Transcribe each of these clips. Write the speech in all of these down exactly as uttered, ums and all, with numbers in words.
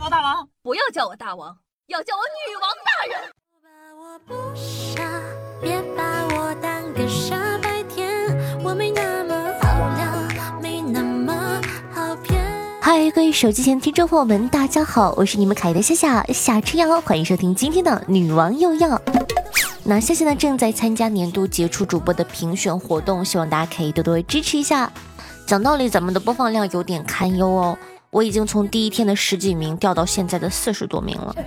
我大王， 不要叫我大王，要叫我女王大人。 我不傻，别把我当个傻白甜，我没那么好聊，没那么好骗。 嗨，各位手机前听众朋友们，大家好，我是你们可爱的夏夏夏春瑶，欢迎收听今天的女王又要。那夏夏呢正在参加年度杰出主播的评选活动，希望大家可以多多支持一下。讲道理，咱们的播放量有点堪忧哦，我已经从第一天的十几名掉到现在的四十多名了。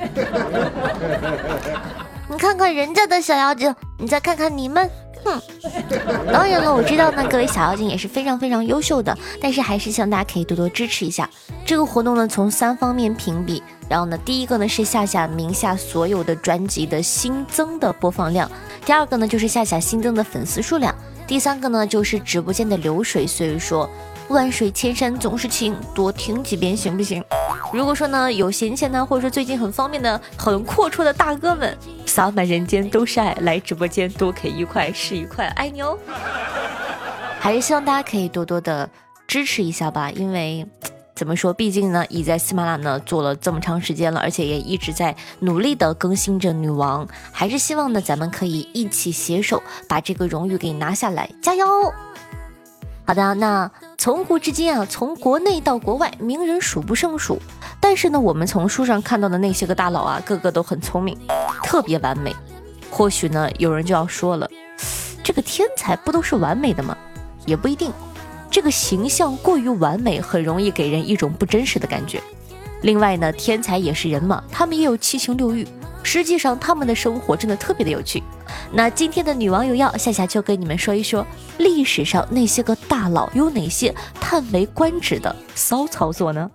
你看看人家的小妖精，你再看看你们，哼。当然了，我知道呢，各位小妖精也是非常非常优秀的，但是还是希望大家可以多多支持一下。这个活动呢，从三方面评比，然后呢，第一个呢是夏夏名下所有的专辑的新增的播放量，第二个呢就是夏夏新增的粉丝数量，第三个呢就是直播间的流水。所以说万水千山总是情，多听几遍行不行？如果说呢有闲钱呢，或者说最近很方便的很阔绰的大哥们，洒满人间都是爱，来直播间多给一块是一块，爱你哦。还是希望大家可以多多的支持一下吧，因为怎么说，毕竟呢已在喜马拉雅呢做了这么长时间了，而且也一直在努力的更新着女王，还是希望呢咱们可以一起携手把这个荣誉给拿下来，加油。好的，那从古至今啊，从国内到国外，名人数不胜数。但是呢，我们从书上看到的那些个大佬啊，个个都很聪明，特别完美。或许呢，有人就要说了，这个天才不都是完美的吗？也不一定，这个形象过于完美，很容易给人一种不真实的感觉。另外呢，天才也是人嘛，他们也有七情六欲，实际上他们的生活真的特别的有趣。那今天的女王有要，夏夏就跟你们说一说历史上那些个大佬有哪些叹为观止的骚操作呢？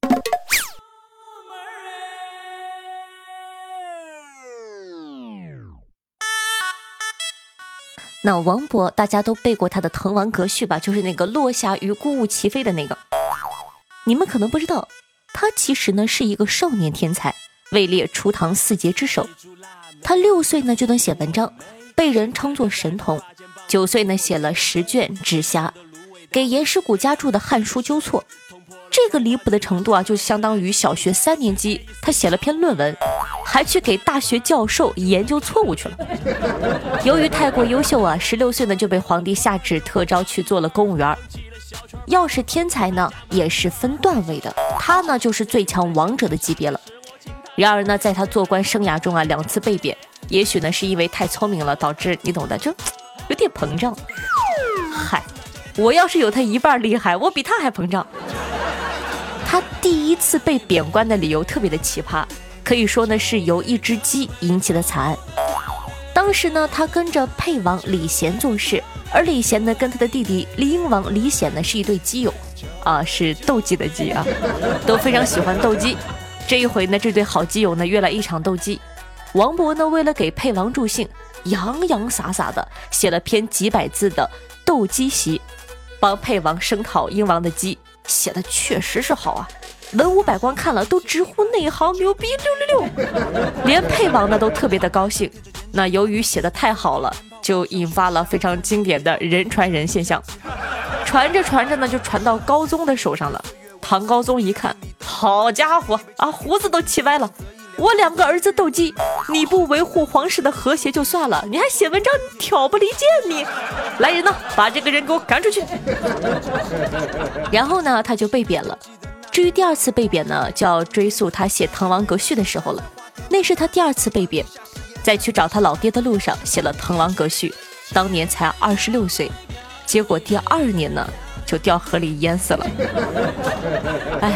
那王勃大家都背过他的滕王阁序吧，就是那个落霞与孤鹜齐飞的那个。你们可能不知道，他其实呢是一个少年天才，位列初唐四杰之首。他六岁呢就能写文章，被人称作神童。九岁呢写了十卷《纸匣》，给严师古家注的《汉书》纠错。这个离谱的程度啊，就相当于小学三年级他写了篇论文，还去给大学教授研究错误去了。由于太过优秀啊，十六岁呢就被皇帝下旨特招去做了公务员。要是天才呢，也是分段位的，他呢就是最强王者的级别了。然而呢，在他做官生涯中啊，两次被贬，也许呢是因为太聪明了，导致你懂的，就有点膨胀。嗨，我要是有他一半厉害，我比他还膨胀。他第一次被贬官的理由特别的奇葩，可以说呢是由一只鸡引起的惨案。当时呢，他跟着沛王李贤做事，而李贤呢跟他的弟弟英王李显呢是一对基友啊，是斗鸡的鸡啊，都非常喜欢斗鸡。这一回呢，这对好基友呢约了一场斗鸡。王勃呢为了给沛王助兴，洋洋洒洒的写了篇几百字的斗鸡檄，帮沛王声讨英王的鸡，写的确实是好啊，文武百官看了都直呼内行牛逼六六六，连沛王呢都特别的高兴。那由于写的太好了，就引发了非常经典的人传人现象，传着传着呢就传到高宗的手上了。唐高宗一看，好家伙啊，胡子都气歪了，我两个儿子斗鸡，你不维护皇室的和谐就算了，你还写文章挑拨离间，你来人呢，把这个人给我赶出去。然后呢他就被贬了。至于第二次被贬呢，就要追溯他写滕王阁序的时候了。那是他第二次被贬，在去找他老爹的路上写了滕王阁序，当年才二十六岁，结果第二年呢就掉河里淹死了。唉，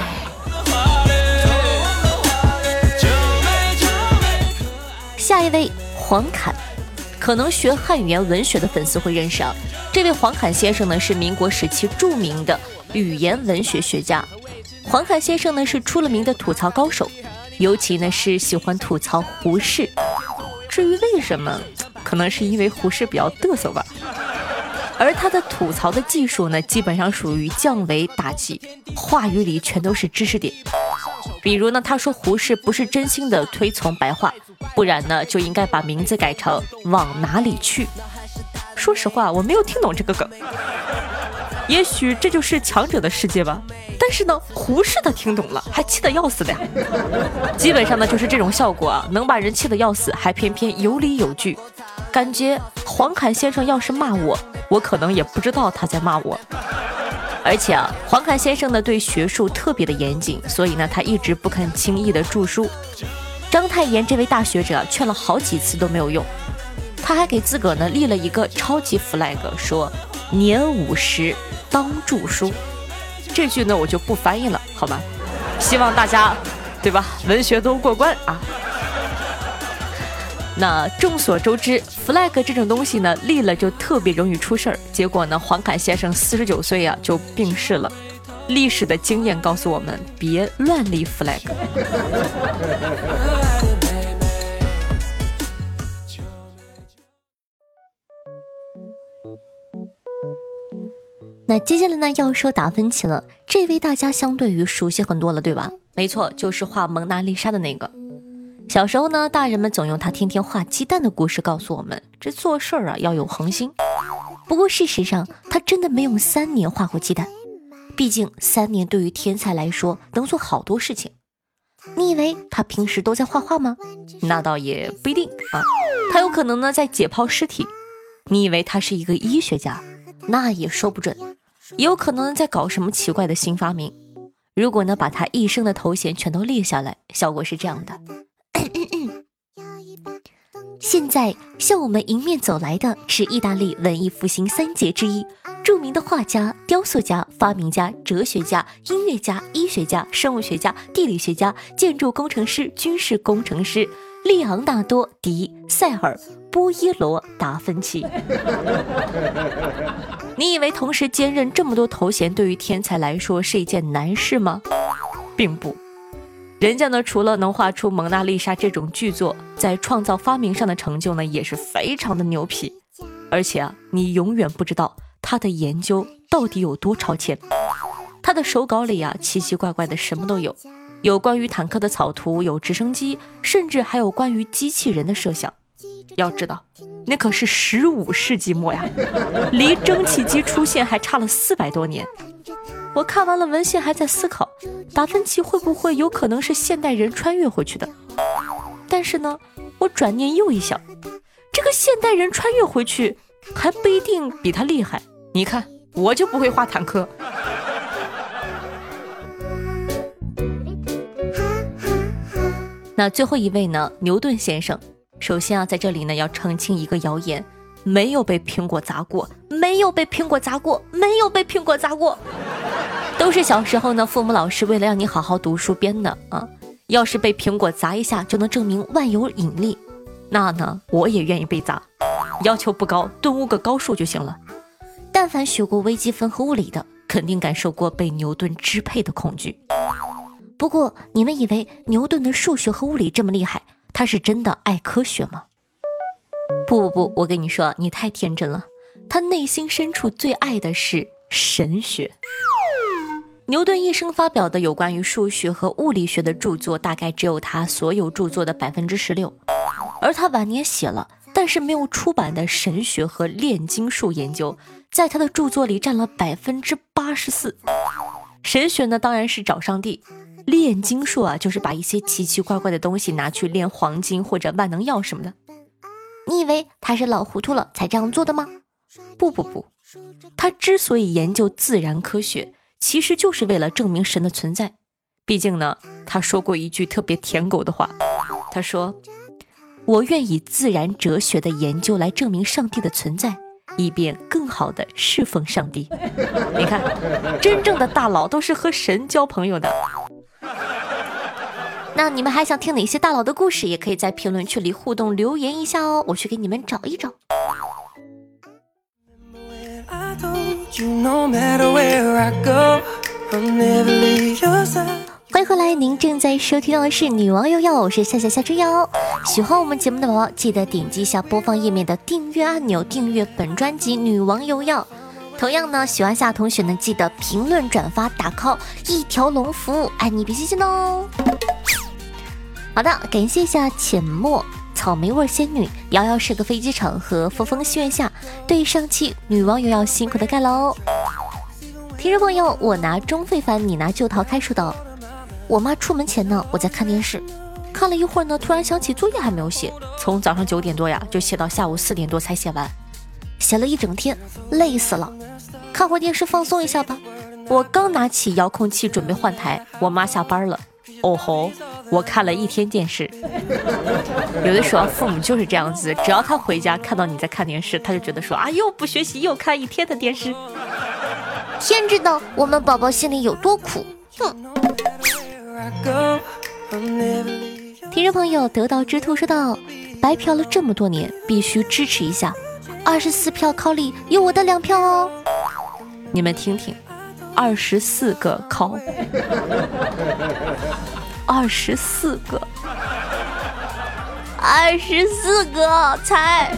下一位黄侃，可能学汉语言文学的粉丝会认识啊。这位黄侃先生呢是民国时期著名的语言文学学家。黄侃先生呢是出了名的吐槽高手，尤其呢是喜欢吐槽胡适。至于为什么，可能是因为胡适比较嘚瑟吧。而他的吐槽的技术呢，基本上属于降维打击，话语里全都是知识点。比如呢，他说胡适不是真心的推崇白话，不然呢就应该把名字改成往哪里去。说实话，我没有听懂这个梗。 也许这就是强者的世界吧。但是呢，胡适他听懂了，还气得要死的呀。基本上呢就是这种效果啊，能把人气得要死，还偏偏有理有据。感觉黄侃先生要是骂我，我可能也不知道他在骂我。而且啊，黄侃先生呢对学术特别的严谨，所以呢他一直不肯轻易的著书。章太炎这位大学者啊，劝了好几次都没有用。他还给自个儿呢立了一个超级 flag， 说年五十当著书。这句呢我就不翻译了，好吧？希望大家对吧，文学都过关啊。那众所周知 flag 这种东西呢立了就特别容易出事儿，结果呢黄侃先生四十九岁啊就病逝了。历史的经验告诉我们，别乱立 flag。那接下来呢要说达芬奇了，这位大家相对于熟悉很多了，对吧？没错，就是画蒙娜丽莎的那个。小时候呢，大人们总用他天天画鸡蛋的故事告诉我们，这做事儿啊要有恒心。不过事实上，他真的没有三年画过鸡蛋。毕竟三年对于天才来说能做好多事情。你以为他平时都在画画吗？那倒也不一定啊，他有可能呢在解剖尸体。你以为他是一个医学家？那也说不准，也有可能在搞什么奇怪的新发明。如果呢把他一生的头衔全都列下来，效果是这样的。现在向我们迎面走来的是意大利文艺复兴三杰之一，著名的画家、雕塑家、发明家、哲学家、音乐家、医学家、生物学家、地理学家、建筑工程师、军事工程师利昂纳多·迪塞尔·波耶罗·达芬奇。你以为同时兼任这么多头衔对于天才来说是一件难事吗？并不。人家呢除了能画出蒙娜丽莎这种巨作，在创造发明上的成就呢也是非常的牛皮。而且啊，你永远不知道他的研究到底有多超前。他的手稿里啊奇奇怪怪的什么都有，有关于坦克的草图，有直升机，甚至还有关于机器人的设想。要知道那可是十五世纪末呀，离蒸汽机出现还差了四百多年。我看完了文献还在思考，达芬奇会不会有可能是现代人穿越回去的。但是呢我转念又一想，这个现代人穿越回去还不一定比他厉害。你看我就不会画坦克。那最后一位呢，牛顿先生。首先啊，在这里呢要澄清一个谣言，没有被苹果砸过，没有被苹果砸过，没有被苹果砸过，都是小时候呢父母老师为了让你好好读书编的啊。要是被苹果砸一下就能证明万有引力，那呢我也愿意被砸，要求不高，顿悟个高数就行了。但凡学过微积分和物理的，肯定感受过被牛顿支配的恐惧。不过你们以为牛顿的数学和物理这么厉害，他是真的爱科学吗？不不不，我跟你说，你太天真了。他内心深处最爱的是神学。牛顿一生发表的有关于数学和物理学的著作，大概只有他所有著作的百分之十六，而他晚年写了但是没有出版的神学和炼金术研究，在他的著作里占了百分之八十四。神学呢，当然是找上帝。炼金术啊，就是把一些奇奇怪怪的东西拿去炼黄金或者万能药什么的。你以为他是老糊涂了才这样做的吗？不不不，他之所以研究自然科学，其实就是为了证明神的存在。毕竟呢，他说过一句特别舔狗的话，他说：我愿以自然哲学的研究来证明上帝的存在，以便更好的侍奉上帝。你看，真正的大佬都是和神交朋友的。那你们还想听哪些大佬的故事，也可以在评论区里互动留言一下哦，我去给你们找一找。欢迎回来，您正在收听到的是女王有药，我是夏夏夏之瑶。喜欢我们节目的宝宝，记得点击一下播放页面的订阅按钮，订阅本专辑女王有药。同样呢，喜欢夏同学呢，记得评论转发打 call， 一条龙服务，爱你别信心哦。好的，感谢一下浅墨、草莓味仙女、瑶瑶是个飞机场和风风戏院下对上期女网友要辛苦的盖楼。 听众朋友，我拿中非凡，你拿旧桃开，说道：我妈出门前呢，我在看电视，看了一会儿呢，突然想起作业还没有写，从早上九点多呀就写到下午四点多才写完，写了一整天，累死了。看会儿电视放松一下吧。我刚拿起遥控器准备换台，我妈下班了。哦吼，我看了一天电视。有的时候父母就是这样子，只要他回家看到你在看电视，他就觉得说啊，又不学习又看一天的电视。天知道我们宝宝心里有多苦。哼。听众朋友得到之兔说道：白嫖了这么多年，必须支持一下。二十四票考里有我的两票哦。你们听听，二十四个考，二十四个，二十四个才。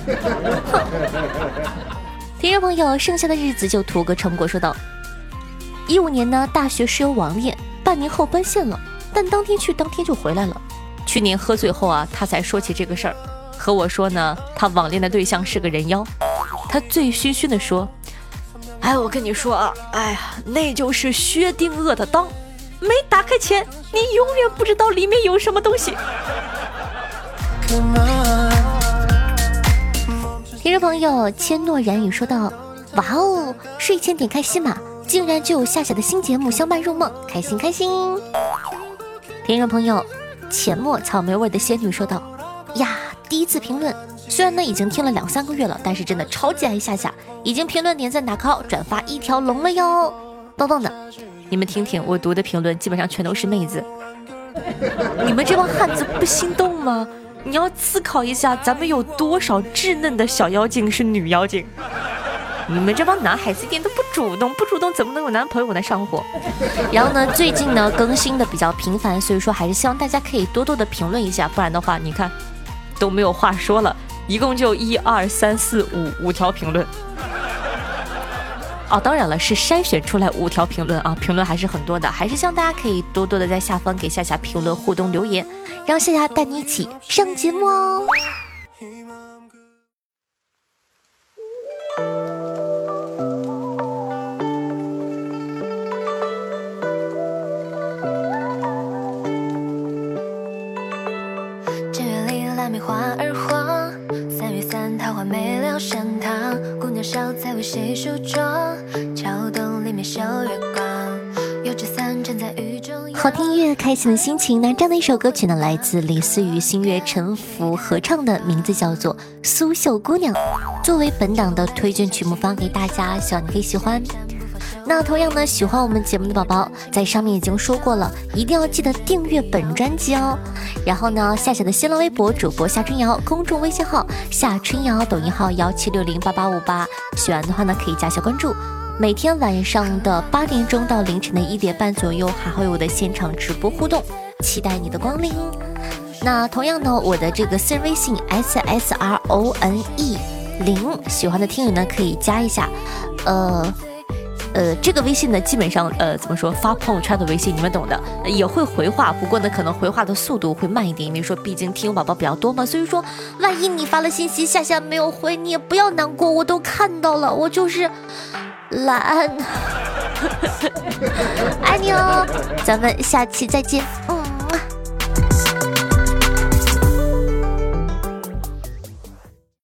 听众朋友，剩下的日子就图个成果。说道：一五年呢，大学室友网恋，半年后奔现了，但当天去当天就回来了。去年喝醉后啊，他才说起这个事儿，和我说呢，他网恋的对象是个人妖。他醉醺醺地说：哎，我跟你说啊，哎呀，那就是薛定谔的裆，没打开前，你永远不知道里面有什么东西。听众朋友千诺然语说道：哇哦，睡前点开喜马，竟然就有夏夏的新节目相伴入梦，开心开心。听众朋友浅墨草莓味的仙女说道：呀，第一次评论，虽然呢已经听了两三个月了，但是真的超级爱夏夏，已经评论点赞打 call 转发一条龙了哟，棒棒的。你们听听我读的评论基本上全都是妹子，你们这帮汉子不心动吗？你要思考一下，咱们有多少稚嫩的小妖精是女妖精？你们这帮男孩子一点都不主动，不主动怎么能有男朋友呢？上火。然后呢，最近呢更新的比较频繁，所以说还是希望大家可以多多的评论一下，不然的话，你看都没有话说了，一共就一二三四五五条评论。哦，当然了，是筛选出来五条评论啊，评论还是很多的，还是希望大家可以多多的在下方给夏夏评论互动留言，让夏夏带你一起上节目哦。 正月里腊梅花儿黄，三月三桃花没了山堂，姑娘少在为谁梳妆，桥洞里面绣月光，有纸伞站在雨中。 好听音乐，开心的心情。那这样的一首歌曲呢，来自李思雨、新月、陈福合唱的，名字叫做《苏绣姑娘》，作为本档的推荐曲目发给大家，希望你可以喜欢。那同样呢，喜欢我们节目的宝宝，在上面已经说过了，一定要记得订阅本专辑哦。然后呢，夏夏的新浪微博主播夏春瑶，公众微信号夏春瑶，抖音号幺七六零八八五八，喜欢的话呢可以加小关注。每天晚上的八点钟到凌晨的一点半左右，还会有我的现场直播互动，期待你的光临。那同样呢，我的这个私人微信 S S R O N E 零，喜欢的听友呢可以加一下，呃。呃，这个微信呢，基本上呃怎么说，发朋友圈的微信，你们懂的，也会回话，不过呢，可能回话的速度会慢一点，因为说毕竟听友宝宝比较多嘛，所以说，万一你发了信息，夏夏没有回，你也不要难过，我都看到了，我就是懒，爱你哦，咱们下期再见，嗯。